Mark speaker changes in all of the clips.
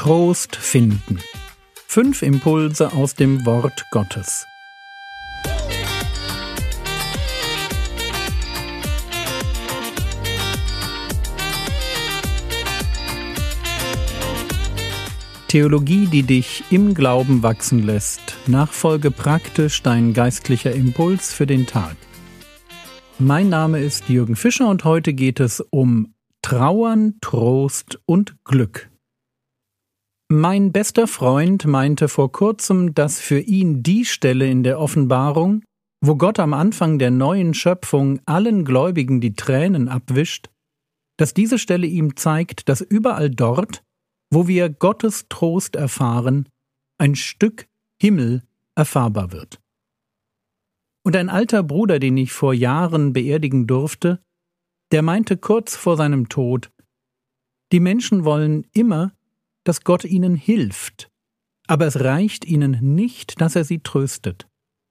Speaker 1: Trost finden. 5 Impulse aus dem Wort Gottes. Theologie, die dich im Glauben wachsen lässt. Nachfolge praktisch dein geistlicher Impuls für den Tag. Mein Name ist Jürgen Fischer und heute geht es um Trauern, Trost und Glück. Mein bester Freund meinte vor kurzem, dass für ihn die Stelle in der Offenbarung, wo Gott am Anfang der neuen Schöpfung allen Gläubigen die Tränen abwischt, dass diese Stelle ihm zeigt, dass überall dort, wo wir Gottes Trost erfahren, ein Stück Himmel erfahrbar wird. Und ein alter Bruder, den ich vor Jahren beerdigen durfte, der meinte kurz vor seinem Tod, die Menschen wollen immer, dass Gott ihnen hilft, aber es reicht ihnen nicht, dass er sie tröstet.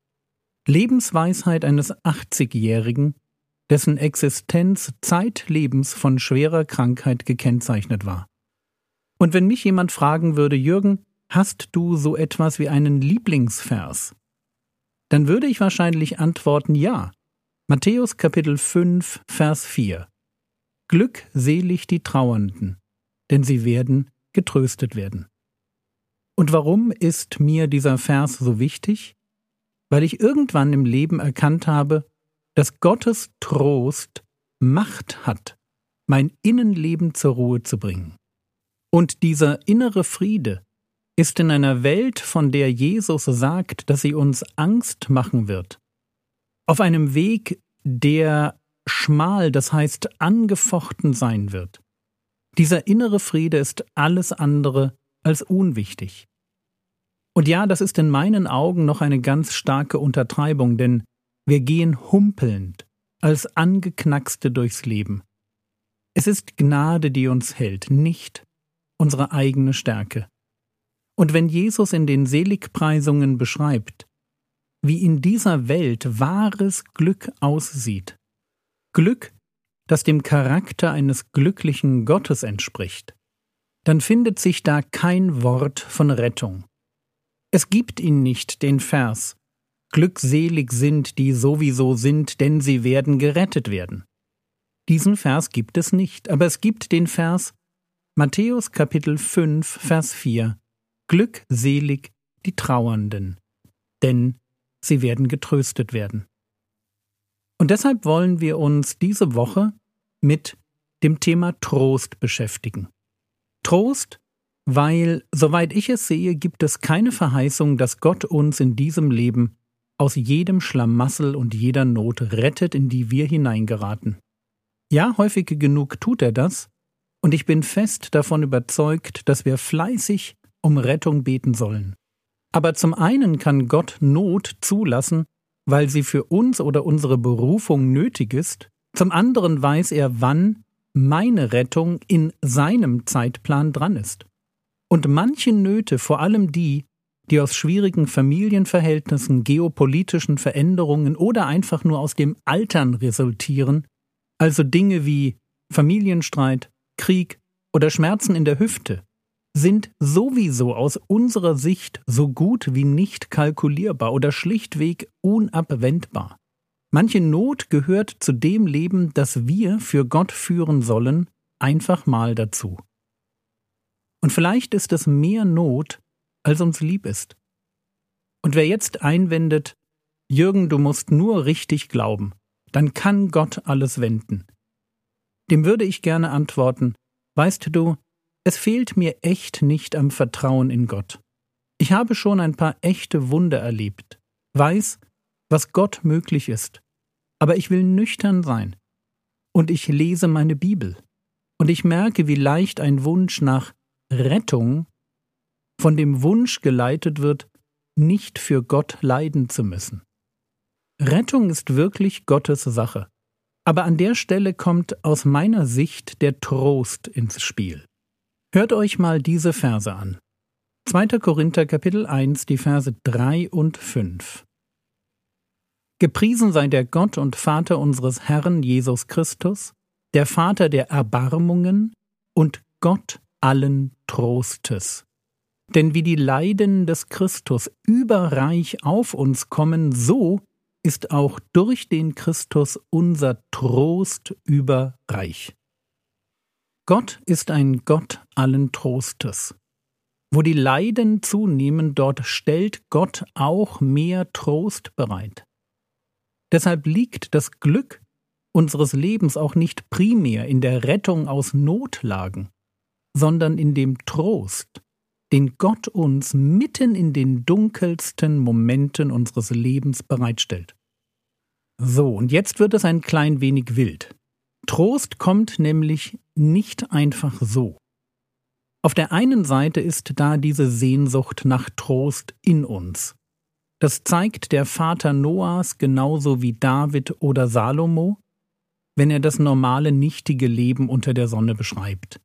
Speaker 1: Lebensweisheit eines 80-Jährigen, dessen Existenz zeitlebens von schwerer Krankheit gekennzeichnet war. Und wenn mich jemand fragen würde, Jürgen, hast du so etwas wie einen Lieblingsvers? Dann würde ich wahrscheinlich antworten, ja. Matthäus Kapitel 5, Vers 4. Glückselig die Trauernden, denn sie werden getröstet werden. Und warum ist mir dieser Vers so wichtig? Weil ich irgendwann im Leben erkannt habe, dass Gottes Trost Macht hat, mein Innenleben zur Ruhe zu bringen. Und dieser innere Friede ist in einer Welt, von der Jesus sagt, dass sie uns Angst machen wird, auf einem Weg, der schmal, das heißt angefochten sein wird. Dieser innere Friede ist alles andere als unwichtig. Und ja, das ist in meinen Augen noch eine ganz starke Untertreibung, denn wir gehen humpelnd als Angeknackste durchs Leben. Es ist Gnade, die uns hält, nicht unsere eigene Stärke. Und wenn Jesus in den Seligpreisungen beschreibt, wie in dieser Welt wahres Glück aussieht, Glück, das dem Charakter eines glücklichen Gottes entspricht, dann findet sich da kein Wort von Rettung. Es gibt ihn nicht, den Vers, glückselig sind, die sowieso sind, denn sie werden gerettet werden. Diesen Vers gibt es nicht, aber es gibt den Vers Matthäus Kapitel 5, Vers 4, glückselig die Trauernden, denn sie werden getröstet werden. Und deshalb wollen wir uns diese Woche mit dem Thema Trost beschäftigen. Trost, weil, soweit ich es sehe, gibt es keine Verheißung, dass Gott uns in diesem Leben aus jedem Schlamassel und jeder Not rettet, in die wir hineingeraten. Ja, häufig genug tut er das, und ich bin fest davon überzeugt, dass wir fleißig um Rettung beten sollen. Aber zum einen kann Gott Not zulassen, weil sie für uns oder unsere Berufung nötig ist, zum anderen weiß er, wann meine Rettung in seinem Zeitplan dran ist. Und manche Nöte, vor allem die aus schwierigen Familienverhältnissen, geopolitischen Veränderungen oder einfach nur aus dem Altern resultieren, also Dinge wie Familienstreit, Krieg oder Schmerzen in der Hüfte, sind sowieso aus unserer Sicht so gut wie nicht kalkulierbar oder schlichtweg unabwendbar. Manche Not gehört zu dem Leben, das wir für Gott führen sollen, einfach mal dazu. Und vielleicht ist es mehr Not, als uns lieb ist. Und wer jetzt einwendet, Jürgen, du musst nur richtig glauben, dann kann Gott alles wenden. Dem würde ich gerne antworten, weißt du, es fehlt mir echt nicht am Vertrauen in Gott. Ich habe schon ein paar echte Wunder erlebt, weiß, was Gott möglich ist, aber ich will nüchtern sein. Und ich lese meine Bibel. Und ich merke, wie leicht ein Wunsch nach Rettung von dem Wunsch geleitet wird, nicht für Gott leiden zu müssen. Rettung ist wirklich Gottes Sache. Aber an der Stelle kommt aus meiner Sicht der Trost ins Spiel. Hört euch mal diese Verse an. 2. Korinther Kapitel 1, die Verse 3 und 5. Gepriesen sei der Gott und Vater unseres Herrn Jesus Christus, der Vater der Erbarmungen und Gott allen Trostes. Denn wie die Leiden des Christus überreich auf uns kommen, so ist auch durch den Christus unser Trost überreich. Gott ist ein Gott allen Trostes. Wo die Leiden zunehmen, dort stellt Gott auch mehr Trost bereit. Deshalb liegt das Glück unseres Lebens auch nicht primär in der Rettung aus Notlagen, sondern in dem Trost, den Gott uns mitten in den dunkelsten Momenten unseres Lebens bereitstellt. So, und jetzt wird es ein klein wenig wild. Trost kommt nämlich nicht einfach so. Auf der einen Seite ist da diese Sehnsucht nach Trost in uns. Das zeigt der Vater Noahs genauso wie David oder Salomo, wenn er das normale nichtige Leben unter der Sonne beschreibt.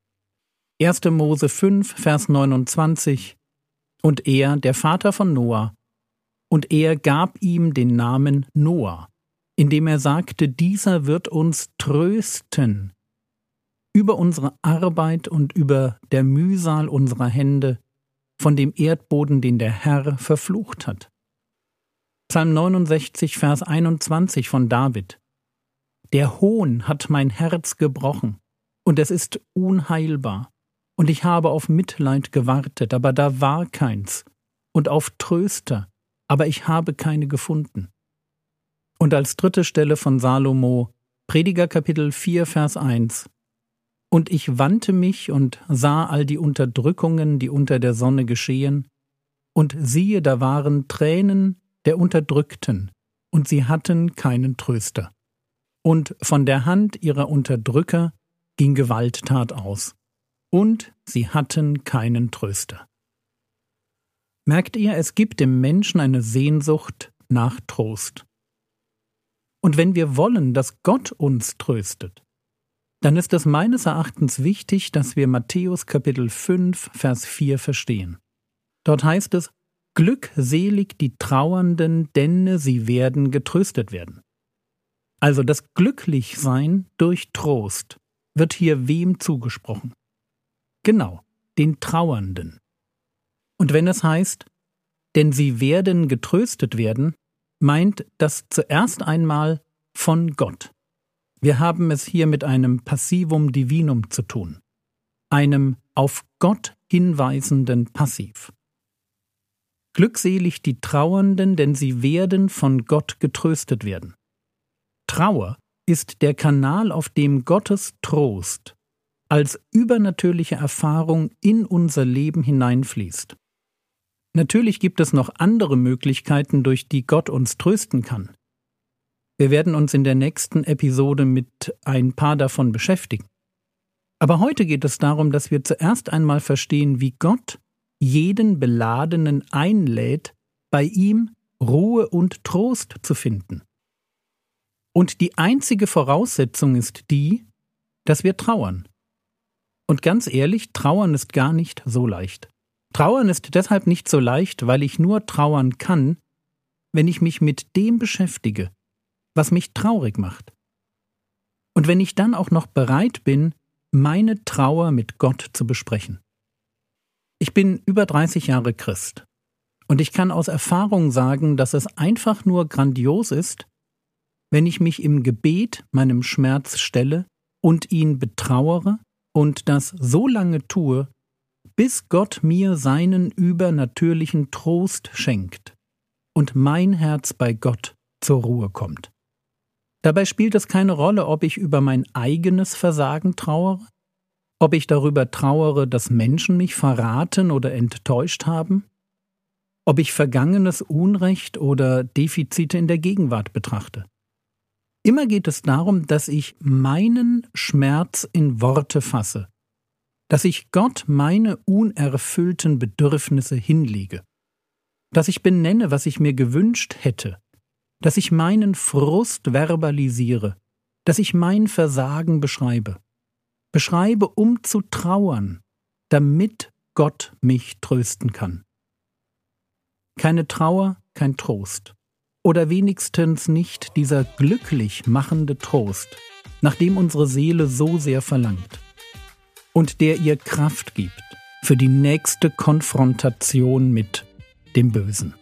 Speaker 1: 1. Mose 5, Vers 29: Und er, der Vater von Noah, und er gab ihm den Namen Noah, indem er sagte, dieser wird uns trösten über unsere Arbeit und über der Mühsal unserer Hände von dem Erdboden, den der Herr verflucht hat. Psalm 69, Vers 21 von David: Der Hohn hat mein Herz gebrochen, und es ist unheilbar. Und ich habe auf Mitleid gewartet, aber da war keins, und auf Tröster, aber ich habe keine gefunden. Und als dritte Stelle von Salomo, Prediger Kapitel 4, Vers 1: Und ich wandte mich und sah all die Unterdrückungen, die unter der Sonne geschehen, und siehe, da waren Tränen der Unterdrückten, und sie hatten keinen Tröster. Und von der Hand ihrer Unterdrücker ging Gewalttat aus, und sie hatten keinen Tröster. Merkt ihr, es gibt im Menschen eine Sehnsucht nach Trost. Und wenn wir wollen, dass Gott uns tröstet, dann ist es meines Erachtens wichtig, dass wir Matthäus Kapitel 5, Vers 4 verstehen. Dort heißt es: Glückselig die Trauernden, denn sie werden getröstet werden. Also das Glücklichsein durch Trost wird hier wem zugesprochen? Genau, den Trauernden. Und wenn es heißt, denn sie werden getröstet werden, meint das zuerst einmal von Gott. Wir haben es hier mit einem Passivum Divinum zu tun, einem auf Gott hinweisenden Passiv. Glückselig die Trauernden, denn sie werden von Gott getröstet werden. Trauer ist der Kanal, auf dem Gottes Trost als übernatürliche Erfahrung in unser Leben hineinfließt. Natürlich gibt es noch andere Möglichkeiten, durch die Gott uns trösten kann. Wir werden uns in der nächsten Episode mit ein paar davon beschäftigen. Aber heute geht es darum, dass wir zuerst einmal verstehen, wie Gott jeden Beladenen einlädt, bei ihm Ruhe und Trost zu finden. Und die einzige Voraussetzung ist die, dass wir trauern. Und ganz ehrlich, trauern ist gar nicht so leicht. Trauern ist deshalb nicht so leicht, weil ich nur trauern kann, wenn ich mich mit dem beschäftige, was mich traurig macht. Und wenn ich dann auch noch bereit bin, meine Trauer mit Gott zu besprechen. Ich bin über 30 Jahre Christ und ich kann aus Erfahrung sagen, dass es einfach nur grandios ist, wenn ich mich im Gebet meinem Schmerz stelle und ihn betrauere und das so lange tue, bis Gott mir seinen übernatürlichen Trost schenkt und mein Herz bei Gott zur Ruhe kommt. Dabei spielt es keine Rolle, ob ich über mein eigenes Versagen trauere, ob ich darüber trauere, dass Menschen mich verraten oder enttäuscht haben, ob ich vergangenes Unrecht oder Defizite in der Gegenwart betrachte. Immer geht es darum, dass ich meinen Schmerz in Worte fasse, dass ich Gott meine unerfüllten Bedürfnisse hinlege, dass ich benenne, was ich mir gewünscht hätte, dass ich meinen Frust verbalisiere, dass ich mein Versagen beschreibe, um zu trauern, damit Gott mich trösten kann. Keine Trauer, kein Trost. Oder wenigstens nicht dieser glücklich machende Trost, nach dem unsere Seele so sehr verlangt. und der ihr Kraft gibt für die nächste Konfrontation mit dem Bösen.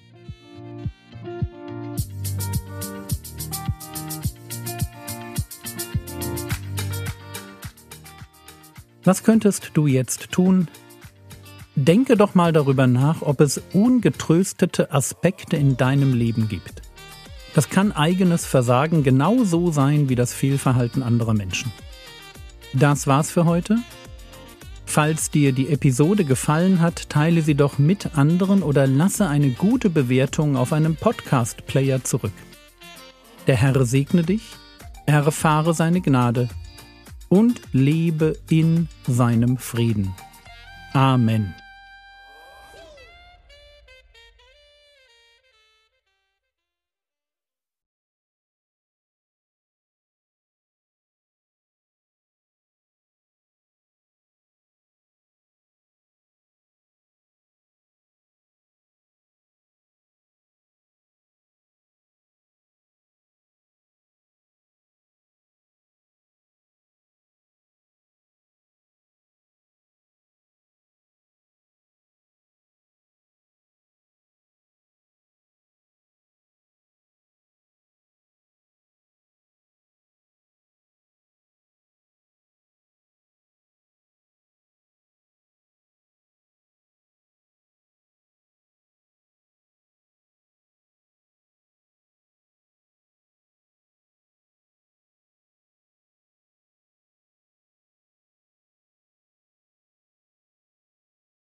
Speaker 1: Was könntest du jetzt tun? Denke doch mal darüber nach, ob es ungetröstete Aspekte in deinem Leben gibt. Das kann eigenes Versagen genauso sein wie das Fehlverhalten anderer Menschen. Das war's für heute. Falls dir die Episode gefallen hat, teile sie doch mit anderen oder lasse eine gute Bewertung auf einem Podcast-Player zurück. Der Herr segne dich, erfahre seine Gnade und lebe in seinem Frieden. Amen.